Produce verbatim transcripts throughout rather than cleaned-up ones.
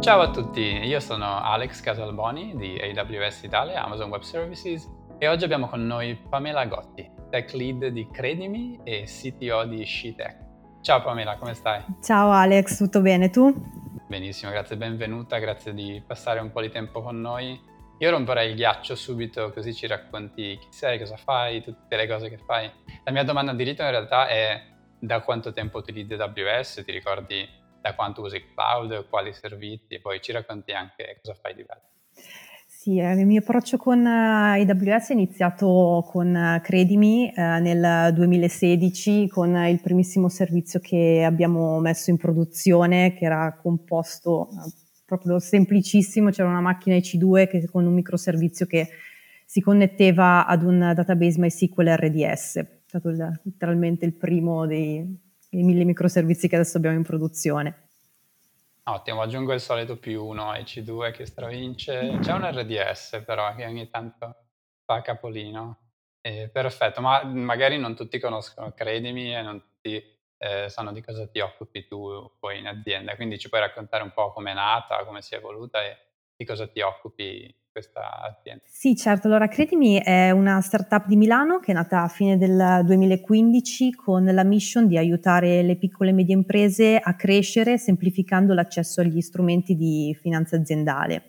Ciao a tutti, io sono Alex Casalboni di A W S Italia, Amazon Web Services, e oggi abbiamo con noi Pamela Gotti, Tech Lead di Credimi e C T O di SheTech. Ciao Pamela, come stai? Ciao Alex, tutto bene tu? Benissimo, grazie, benvenuta, grazie di passare un po' di tempo con noi. Io romperei il ghiaccio subito, così ci racconti chi sei, cosa fai, tutte le cose che fai. La mia domanda di rito in realtà è: da quanto tempo utilizzi A W S? Ti ricordi da quanto usi cloud, quali servizi, e poi ci racconti anche cosa fai di bello. Sì, eh, il mio approccio con eh, A W S è iniziato con eh, Credimi eh, nel duemilasedici con il primissimo servizio che abbiamo messo in produzione, che era composto eh, proprio semplicissimo. C'era una macchina E C due che, con un microservizio che si connetteva ad un database MySQL R D S. È stato il- letteralmente il primo dei, dei mille microservizi che adesso abbiamo in produzione. Ottimo, aggiungo il solito più uno E C due che stravince. C'è un R D S però che ogni tanto fa capolino. Eh, perfetto, ma magari non tutti conoscono Credimi e non tutti eh, sanno di cosa ti occupi tu poi in azienda, quindi ci puoi raccontare un po' com'è nata, come si è evoluta e di cosa ti occupi in questa azienda. Sì, certo. Allora, Credimi è una startup di Milano che è nata a fine del duemilaquindici con la mission di aiutare le piccole e medie imprese a crescere semplificando l'accesso agli strumenti di finanza aziendale.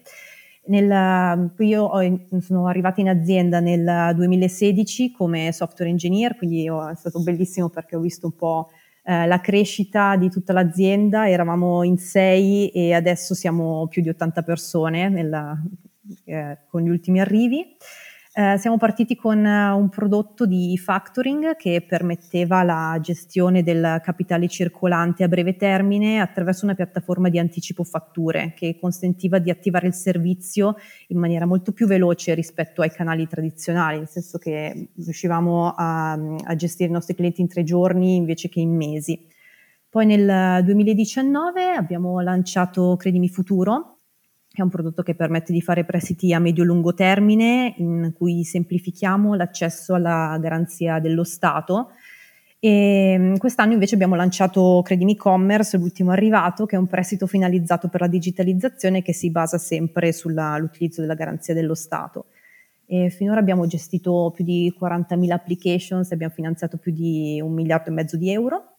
Nel, io ho- sono arrivata in azienda nel duemilasedici come software engineer, quindi ho- è stato bellissimo perché ho visto un po' eh, la crescita di tutta l'azienda. Eravamo in sei e adesso siamo più di ottanta persone nella- eh, con gli ultimi arrivi. Eh, siamo partiti con eh, un prodotto di factoring che permetteva la gestione del capitale circolante a breve termine attraverso una piattaforma di anticipo fatture che consentiva di attivare il servizio in maniera molto più veloce rispetto ai canali tradizionali, nel senso che riuscivamo a, a gestire i nostri clienti in tre giorni invece che in mesi. Poi nel duemiladiciannove abbiamo lanciato Credimi Futuro, che è un prodotto che permette di fare prestiti a medio-lungo termine, in cui semplifichiamo l'accesso alla garanzia dello Stato. E quest'anno invece abbiamo lanciato Credimi Commerce, l'ultimo arrivato, che è un prestito finalizzato per la digitalizzazione che si basa sempre sull'utilizzo della garanzia dello Stato. E finora abbiamo gestito più di quarantamila applications, abbiamo finanziato più di un miliardo e mezzo di euro.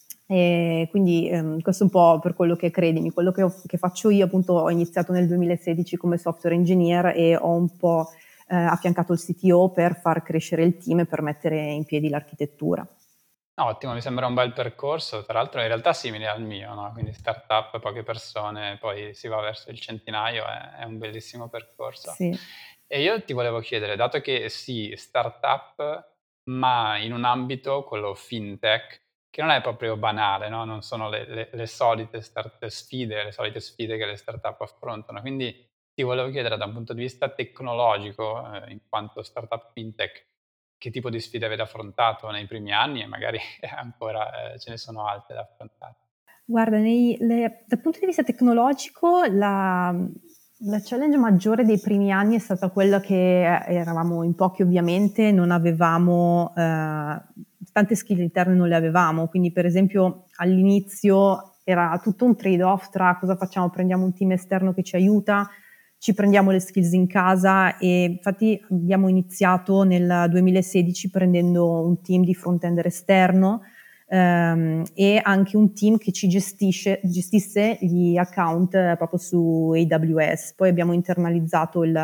E quindi ehm, questo è un po' per quello che credimi, quello che, ho, che faccio io. Appunto ho iniziato nel duemilasedici come software engineer e ho un po' eh, affiancato il C T O per far crescere il team e per mettere in piedi l'architettura. Ottimo, mi sembra un bel percorso, tra l'altro in realtà simile al mio, no? Quindi startup, poche persone, poi si va verso il centinaio, è, è un bellissimo percorso. Sì. E io ti volevo chiedere, dato che sì, startup, ma in un ambito, quello fintech, che non è proprio banale, no? Non sono le, le- le solite start- sfide, le solite sfide che le startup affrontano. Quindi ti volevo chiedere da un punto di vista tecnologico, eh, in quanto startup fintech, che tipo di sfide avete affrontato nei primi anni e magari ancora, ehm, ce ne sono altre da affrontare. Guarda, nei le dal punto di vista tecnologico la la challenge maggiore dei primi anni è stata quella che eh, eravamo in pochi ovviamente, non avevamo ehm, tante skill interne non le avevamo, quindi per esempio all'inizio era tutto un trade-off tra cosa facciamo: prendiamo un team esterno che ci aiuta, ci prendiamo le skills in casa. E infatti abbiamo iniziato nel duemilasedici prendendo un team di front-ender esterno, ehm, e anche un team che ci gestisce, gestisse gli account eh, proprio su A W S. Poi abbiamo internalizzato il-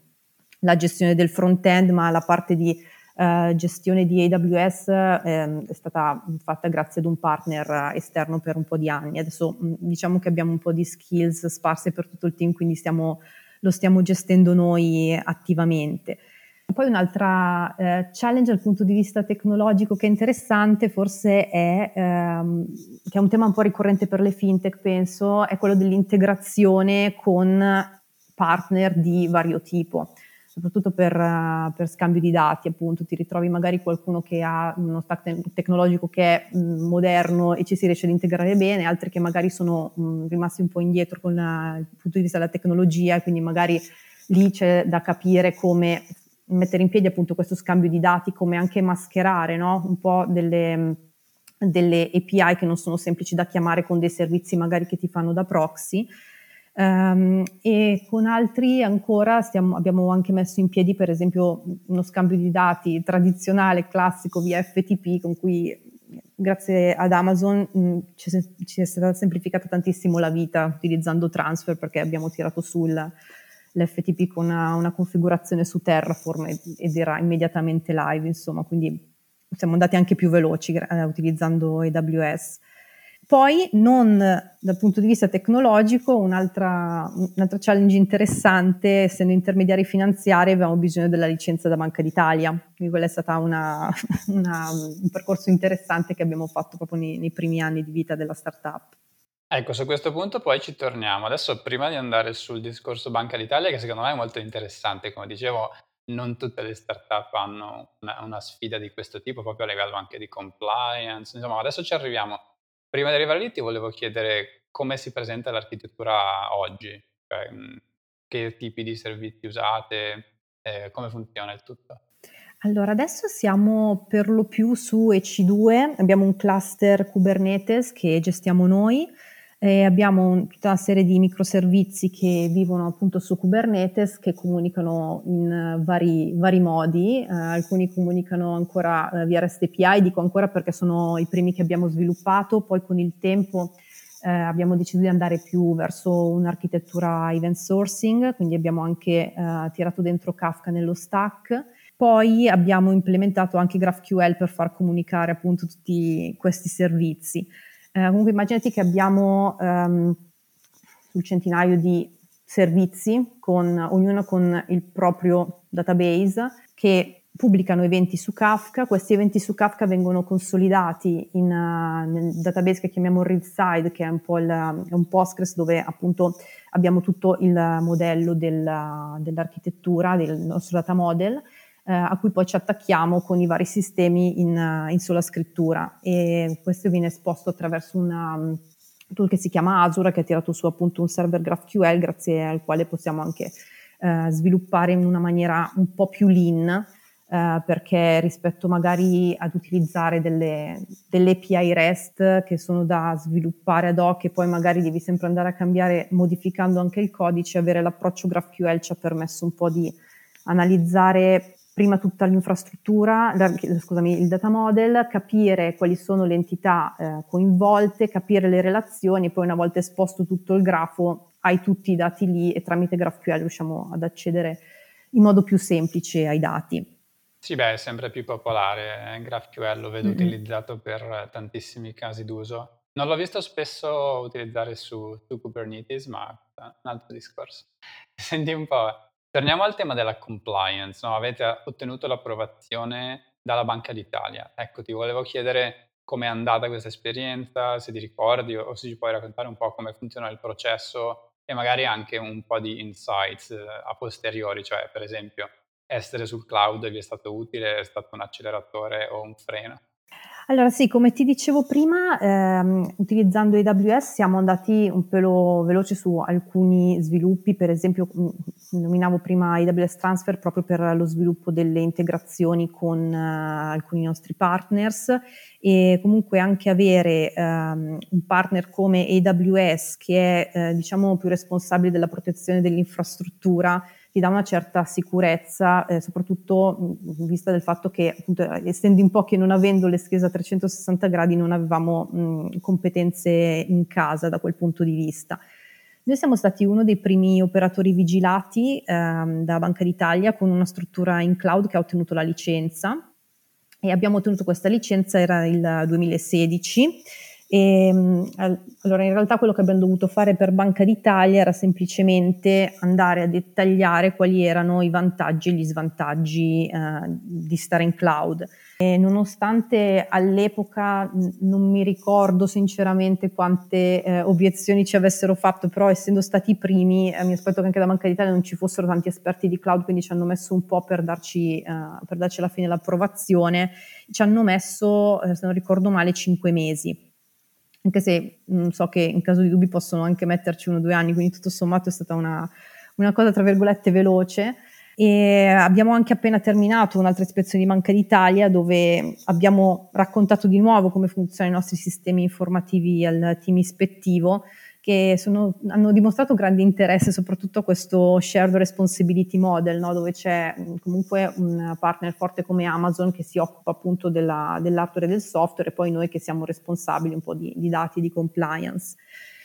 la gestione del front-end, ma la parte di eh, gestione di A W S ehm, è stata fatta grazie ad un partner esterno per un po' di anni. Adesso mh, diciamo che abbiamo un po' di skills sparse per tutto il team, quindi stiamo, lo stiamo gestendo noi attivamente. Poi un'altra eh, challenge dal punto di vista tecnologico che è interessante forse è, ehm, che è un tema un po' ricorrente per le fintech, penso, è quello dell'integrazione con partner di vario tipo, soprattutto per, eh, per scambio di dati. Appunto ti ritrovi magari qualcuno che ha uno stack te- tecnologico che è mh, moderno e ci si riesce ad integrare bene, altri che magari sono mh, rimasti un po' indietro con la- il punto di vista della tecnologia, e quindi magari lì c'è da capire come mettere in piedi appunto questo scambio di dati, come anche mascherare, no? Un po' delle, delle A P I che non sono semplici da chiamare con dei servizi magari che ti fanno da proxy. Ehm, e con altri ancora stiamo abbiamo anche messo in piedi, per esempio, uno scambio di dati tradizionale, classico, via F T P, con cui grazie ad Amazon mh, ci, è, ci è stata semplificata tantissimo la vita utilizzando Transfer, perché abbiamo tirato su il, l'F T P con una, una configurazione su Terraform ed, ed era immediatamente live, insomma, quindi siamo andati anche più veloci eh, utilizzando A W S. Poi, non dal punto di vista tecnologico, un'altra, un'altra challenge interessante, essendo intermediari finanziari, avevamo bisogno della licenza da Banca d'Italia, quindi quella è stata una, una, un percorso interessante che abbiamo fatto proprio nei, nei primi anni di vita della startup. Ecco, su questo punto poi ci torniamo. Adesso prima di andare sul discorso Banca d'Italia, che secondo me è molto interessante, come dicevo, non tutte le startup hanno una, una sfida di questo tipo, proprio a livello anche di compliance, insomma, adesso ci arriviamo. Prima di arrivare lì ti volevo chiedere come si presenta l'architettura oggi, cioè, mh, che tipi di servizi usate, eh, come funziona il tutto. Allora, adesso siamo per lo più su E C due, abbiamo un cluster Kubernetes che gestiamo noi, e abbiamo un- tutta una serie di microservizi che vivono appunto su Kubernetes, che comunicano in eh, vari, vari modi. Eh, alcuni comunicano ancora eh, via REST A P I, dico ancora perché sono i primi che abbiamo sviluppato, poi con il tempo eh, abbiamo deciso di andare più verso un'architettura event sourcing, quindi abbiamo anche eh, tirato dentro Kafka nello stack. Poi abbiamo implementato anche GraphQL per far comunicare appunto tutti questi servizi. Eh, comunque immaginati che abbiamo um, un centinaio di servizi, con, ognuno con il proprio database, che pubblicano eventi su Kafka. Questi eventi su Kafka vengono consolidati in, uh, nel database che chiamiamo ReadSide, che è un po' il, è un Postgres dove appunto abbiamo tutto il modello del, dell'architettura, del nostro data model, eh, a cui poi ci attacchiamo con i vari sistemi in, in sola scrittura, e questo viene esposto attraverso una um, tool che si chiama Azure, che ha tirato su appunto un server GraphQL, grazie al quale possiamo anche eh, sviluppare in una maniera un po' più lean, eh, perché rispetto magari ad utilizzare delle, delle A P I REST che sono da sviluppare ad hoc e poi magari devi sempre andare a cambiare modificando anche il codice, avere l'approccio GraphQL ci ha permesso un po' di analizzare prima tutta l'infrastruttura, scusami, il data model, capire quali sono le entità eh, coinvolte, capire le relazioni, e poi una volta esposto tutto il grafo hai tutti i dati lì e tramite GraphQL riusciamo ad accedere in modo più semplice ai dati. Sì, beh, è sempre più popolare, eh, GraphQL lo vedo Mm-mm. utilizzato per tantissimi casi d'uso. Non l'ho visto spesso utilizzare su, su Kubernetes, ma è un altro discorso. Senti un po', torniamo al tema della compliance, no? Avete ottenuto l'approvazione dalla Banca d'Italia. Ecco, ti volevo chiedere com'è andata questa esperienza, se ti ricordi o, o se ci puoi raccontare un po' come funziona il processo e magari anche un po' di insights eh, a posteriori, cioè per esempio essere sul cloud vi è stato utile, è stato un acceleratore o un freno? Allora sì, come ti dicevo prima, ehm, utilizzando A W S siamo andati un pelo veloce su alcuni sviluppi, per esempio mh, nominavo prima A W S Transfer proprio per lo sviluppo delle integrazioni con eh, alcuni nostri partners, e comunque anche avere ehm, un partner come A W S che è eh, diciamo più responsabile della protezione dell'infrastruttura ti dà una certa sicurezza, eh, soprattutto mh, vista del fatto che, appunto, essendo in pochi e non avendo le schede a trecentosessanta gradi, non avevamo mh, competenze in casa da quel punto di vista. Noi siamo stati uno dei primi operatori vigilati ehm, da Banca d'Italia con una struttura in cloud che ha ottenuto la licenza, e abbiamo ottenuto questa licenza, era il duemilasedici. E, allora, in realtà quello che abbiamo dovuto fare per Banca d'Italia era semplicemente andare a dettagliare quali erano i vantaggi e gli svantaggi eh, di stare in cloud. E nonostante all'epoca n- non mi ricordo sinceramente quante eh, obiezioni ci avessero fatto, però essendo stati i primi, eh, mi aspetto che anche da Banca d'Italia non ci fossero tanti esperti di cloud, quindi ci hanno messo un po' per darci, eh, per darci alla fine l'approvazione. Ci hanno messo, eh, se non ricordo male, cinque mesi. Anche se mh, so che in caso di dubbi possono anche metterci uno o due anni, quindi tutto sommato è stata una, una cosa tra virgolette veloce. E abbiamo anche appena terminato un'altra ispezione di Banca d'Italia, dove abbiamo raccontato di nuovo come funzionano i nostri sistemi informativi al team ispettivo, che sono, hanno dimostrato grande interesse soprattutto a questo shared responsibility model, no? Dove c'è comunque un partner forte come Amazon che si occupa appunto della, dell'hardware e del software, e poi noi che siamo responsabili un po' di, di dati di compliance.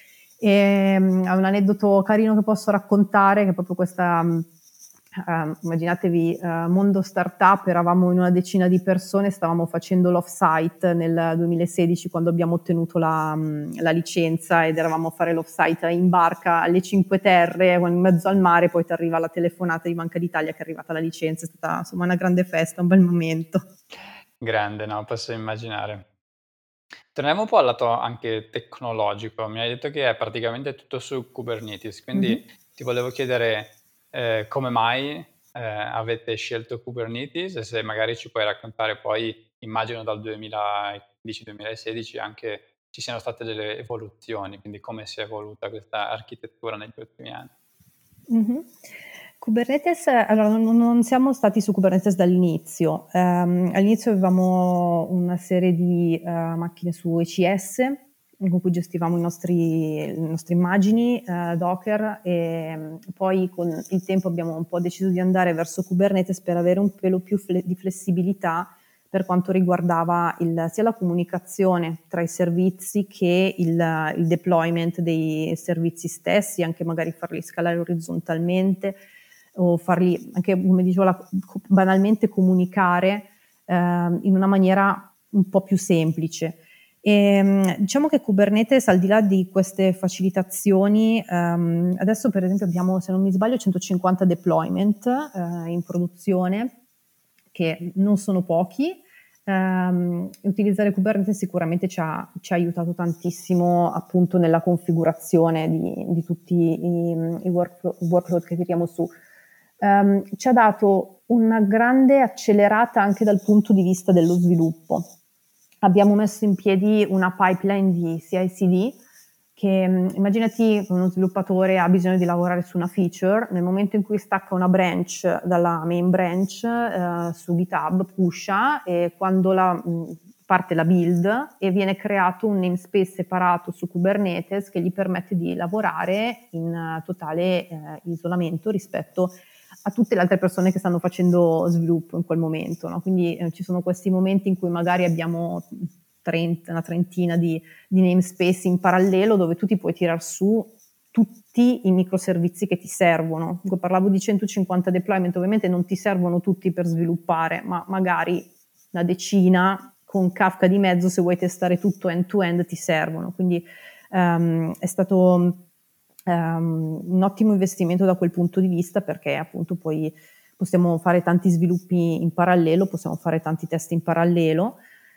E, um, un aneddoto carino che posso raccontare, che è proprio questa... Um, Uh, immaginatevi uh, mondo startup, eravamo in una decina di persone, stavamo facendo l'off-site nel duemilasedici quando abbiamo ottenuto la, um, la licenza, ed eravamo a fare l'off-site in barca alle Cinque Terre, in mezzo al mare. Poi ti arriva la telefonata di Banca d'Italia che è arrivata la licenza. È stata insomma una grande festa, un bel momento. Grande, no, posso immaginare. Torniamo un po' al lato anche tecnologico. Mi hai detto che è praticamente tutto su Kubernetes, quindi Mm-hmm. ti volevo chiedere eh, come mai eh, avete scelto Kubernetes, e se magari ci puoi raccontare poi, immagino dal duemilaquindici-duemilasedici anche ci siano state delle evoluzioni, quindi come si è evoluta questa architettura negli ultimi anni. Mh-mh. Kubernetes, allora non non siamo stati su Kubernetes dall'inizio. Ehm, all'inizio avevamo una serie di, ehm, macchine su E C S con cui gestivamo i nostri le nostre immagini, ehm, Docker, e poi con il tempo abbiamo un po' deciso di andare verso Kubernetes per avere un pelo più fle di flessibilità per quanto riguardava il sia la comunicazione tra i servizi che il il deployment dei servizi stessi, anche magari farli scalare orizzontalmente o farli anche, come dicevo, la banalmente comunicare ehm, in una maniera un po' più semplice. E, diciamo che Kubernetes, al di là di queste facilitazioni, ehm, adesso per esempio abbiamo, se non mi sbaglio, centocinquanta deployment eh, in produzione, che non sono pochi. Um, utilizzare Kubernetes sicuramente ci ha, ci ha aiutato tantissimo appunto nella configurazione di, di tutti i, i workflow, workload che tiriamo su. Um, ci ha dato una grande accelerata anche dal punto di vista dello sviluppo. Abbiamo messo in piedi una pipeline di C I C D che, immaginati uno sviluppatore ha bisogno di lavorare su una feature, nel momento in cui stacca una branch dalla main branch eh, su GitHub, pusha, e quando la, mh, parte la build e viene creato un namespace separato su Kubernetes che gli permette di lavorare in uh, totale eh, isolamento rispetto a tutte le altre persone che stanno facendo sviluppo in quel momento, no? Quindi eh, ci sono questi momenti in cui magari abbiamo trenta, una trentina di, di namespace in parallelo dove tu ti puoi tirar su tutti i microservizi che ti servono. Parlavo di centocinquanta deployment, ovviamente non ti servono tutti per sviluppare, ma magari una decina con Kafka di mezzo, se vuoi testare tutto end-to-end, ti servono. Quindi um, è stato um, un ottimo investimento da quel punto di vista, perché appunto poi possiamo fare tanti sviluppi in parallelo, possiamo fare tanti test in parallelo.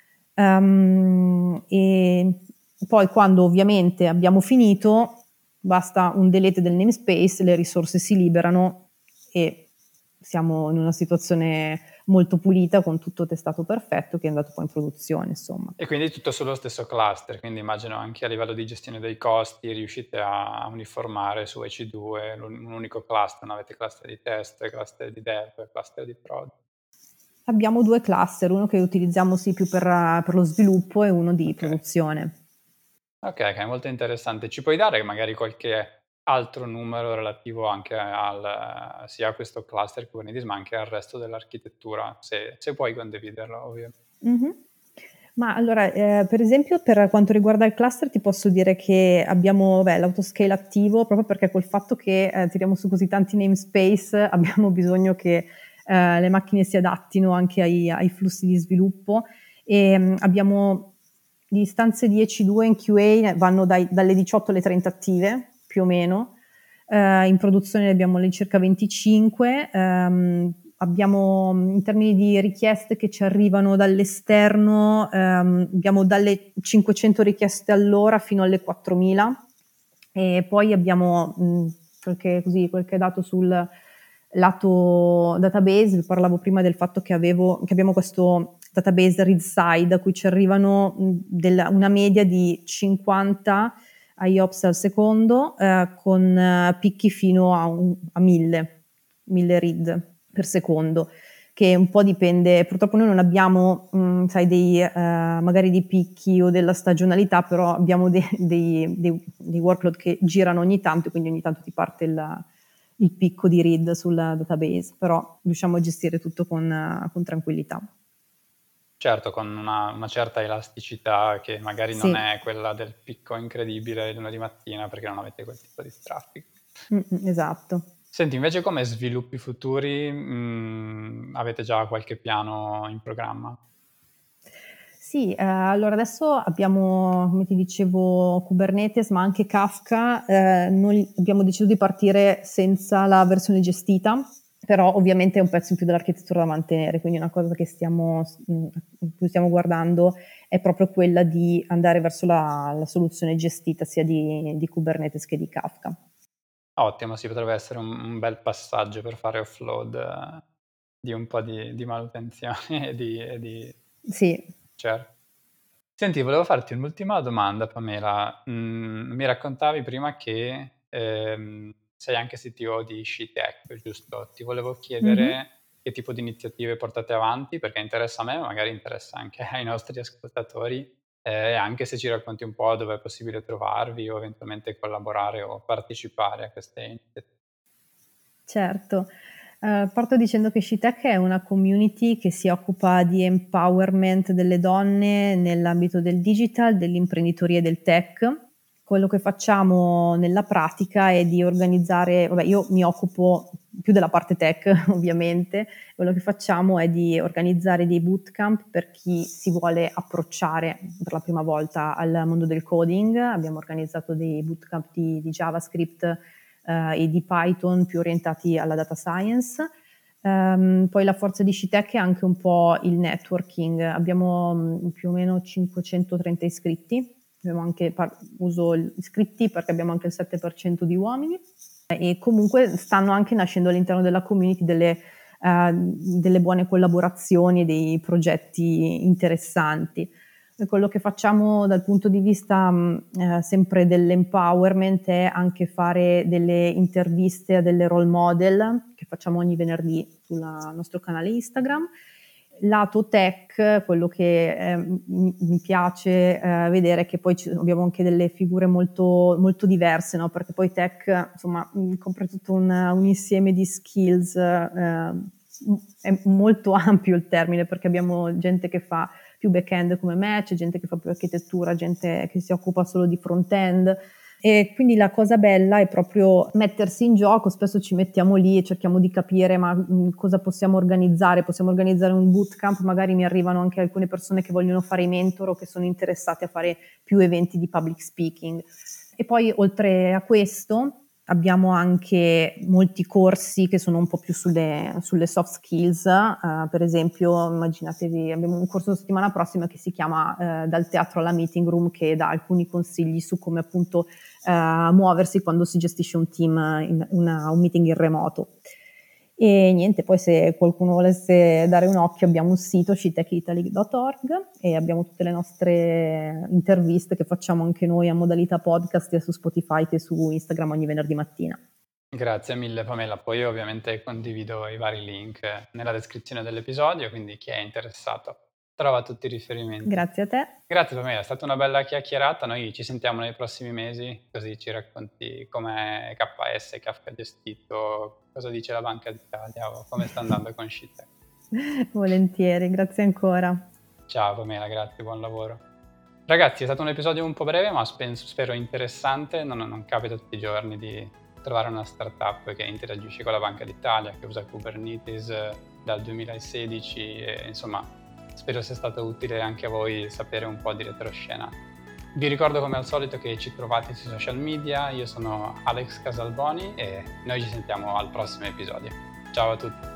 Um, e poi quando ovviamente abbiamo finito basta un delete del namespace, le risorse si liberano e siamo in una situazione molto pulita con tutto testato perfetto che è andato poi in produzione, insomma. E quindi tutto sullo stesso cluster, quindi immagino anche a livello di gestione dei costi riuscite a uniformare su E C due un unico cluster, non avete cluster di test, cluster di dev, cluster di prod. Abbiamo due cluster, uno che utilizziamo sì più per, per lo sviluppo e uno di Okay. produzione. Okay, okay, molto interessante. Ci puoi dare magari qualche altro numero relativo anche al sia a questo cluster Kubernetes, ma anche al resto dell'architettura, se se puoi condividerlo, ovvio. Mh-mh. Ma allora, ehm, per esempio per quanto riguarda il cluster ti posso dire che abbiamo, beh, l'autoscale attivo, proprio perché col fatto che, ehm, tiriamo su così tanti namespace abbiamo bisogno che, ehm, le macchine si adattino anche ai ai flussi di sviluppo. Ehm, abbiamo di istanze di E C due in Q A vanno dai dalle diciotto alle trenta attive, più o meno. Ehm, in produzione ne abbiamo all'incirca venticinque. Ehm, abbiamo, in termini di richieste che ci arrivano dall'esterno, ehm, abbiamo dalle cinquecento richieste all'ora fino alle quattromila, e poi abbiamo mh, qualche, così, qualche dato sul lato database. Vi parlavo prima del fatto che, avevo, che abbiamo questo database read side a cui ci arrivano mh, della, una media di cinquanta I O P S al secondo, eh, con eh, picchi fino a, un, a mille, mille read per secondo. che un po' dipende, purtroppo noi non abbiamo, mh, sai, dei, eh, magari dei picchi o della stagionalità, però abbiamo dei, dei, dei, dei workload che girano ogni tanto, quindi ogni tanto ti parte il, il picco di read sul database, però riusciamo a gestire tutto con, con tranquillità. Certo, con una, una certa elasticità che magari non Sì. è quella del picco incredibile il lunedì mattina perché non avete quel tipo di traffico. Mm, esatto. Senti, invece come sviluppi futuri, mh, avete già qualche piano in programma? Sì, eh, allora adesso abbiamo, come ti dicevo, Kubernetes, ma anche Kafka. Eh, noi abbiamo deciso di partire senza la versione gestita, però ovviamente è un pezzo in più dell'architettura da mantenere, quindi una cosa che stiamo, in cui stiamo guardando è proprio quella di andare verso la, la soluzione gestita sia di, di Kubernetes che di Kafka. Ottimo, sì, potrebbe essere un, un bel passaggio per fare offload eh, di un po' di, di manutenzione e di, e di... Sì. Certo. Senti, volevo farti un'ultima domanda, Pamela. Mm, mi raccontavi prima che ehm, sei anche C T O di SciTech, giusto? Ti volevo Mhm. chiedere che tipo di iniziative portate avanti, perché interessa a me, ma magari interessa anche ai nostri ascoltatori, eh, e anche se ci racconti un po' dove è possibile trovarvi o eventualmente collaborare o partecipare a queste iniziative. Certo. Ehm, parto dicendo che SciTech è una community che si occupa di empowerment delle donne nell'ambito del digital, dell'imprenditoria e del tech. Quello che facciamo nella pratica è di organizzare, vabbè, io mi occupo più della parte tech ovviamente, quello che facciamo è di organizzare dei bootcamp per chi si vuole approcciare per la prima volta al mondo del coding. Abbiamo organizzato dei bootcamp di, di JavaScript eh, e di Python più orientati alla data science. Um, poi la forza di SciTech è anche un po' il networking. Abbiamo um, più o meno cinquecentotrenta iscritti. Abbiamo anche par- uso iscritti perché abbiamo anche il sette per cento di uomini e comunque stanno anche nascendo all'interno della community delle, uh, delle buone collaborazioni e dei progetti interessanti. Quello che facciamo dal punto di vista mh, eh, sempre dell'empowerment è anche fare delle interviste a delle role model che facciamo ogni venerdì sul nostro canale Instagram. Lato tech, quello che eh, mi, mi piace eh, vedere è che poi ci, abbiamo anche delle figure molto, molto diverse, no? Perché poi tech, insomma, mh, compre tutto un, un insieme di skills, eh, è molto ampio il termine perché abbiamo gente che fa più back-end come me, c'è gente che fa più architettura, gente che si occupa solo di front-end. E quindi la cosa bella è proprio mettersi in gioco, spesso ci mettiamo lì e cerchiamo di capire ma mh, cosa possiamo organizzare, possiamo organizzare un bootcamp, magari mi arrivano anche alcune persone che vogliono fare i mentor o che sono interessate a fare più eventi di public speaking. E poi oltre a questo abbiamo anche molti corsi che sono un po' più sulle, sulle soft skills, uh, per esempio immaginatevi, abbiamo un corso la settimana prossima che si chiama uh, Dal teatro alla meeting room, che dà alcuni consigli su come appunto uh, muoversi quando si gestisce un team, in una, un meeting in remoto. E niente, poi se qualcuno volesse dare un occhio abbiamo un sito scitech italy punto org e abbiamo tutte le nostre interviste che facciamo anche noi a modalità podcast sia su Spotify che su Instagram ogni venerdì mattina. Grazie mille Pamela, poi ovviamente condivido i vari link nella descrizione dell'episodio, quindi chi è interessato trova tutti i riferimenti. Grazie a te. Grazie Pamela, è stata una bella chiacchierata, noi ci sentiamo nei prossimi mesi, così ci racconti com'è K S, Kafka gestito, cosa dice la Banca d'Italia o come sta andando con SciTech. Volentieri, grazie ancora. Ciao Pamela, grazie, buon lavoro. Ragazzi, è stato un episodio un po' breve, ma penso, spero interessante, non, non capita tutti i giorni di trovare una startup che interagisce con la Banca d'Italia, che usa Kubernetes dal duemilasedici e insomma spero sia stato utile anche a voi sapere un po' di retroscena. Vi ricordo come al solito che ci trovate sui social media, io sono Alex Casalboni e noi ci sentiamo al prossimo episodio. Ciao a tutti!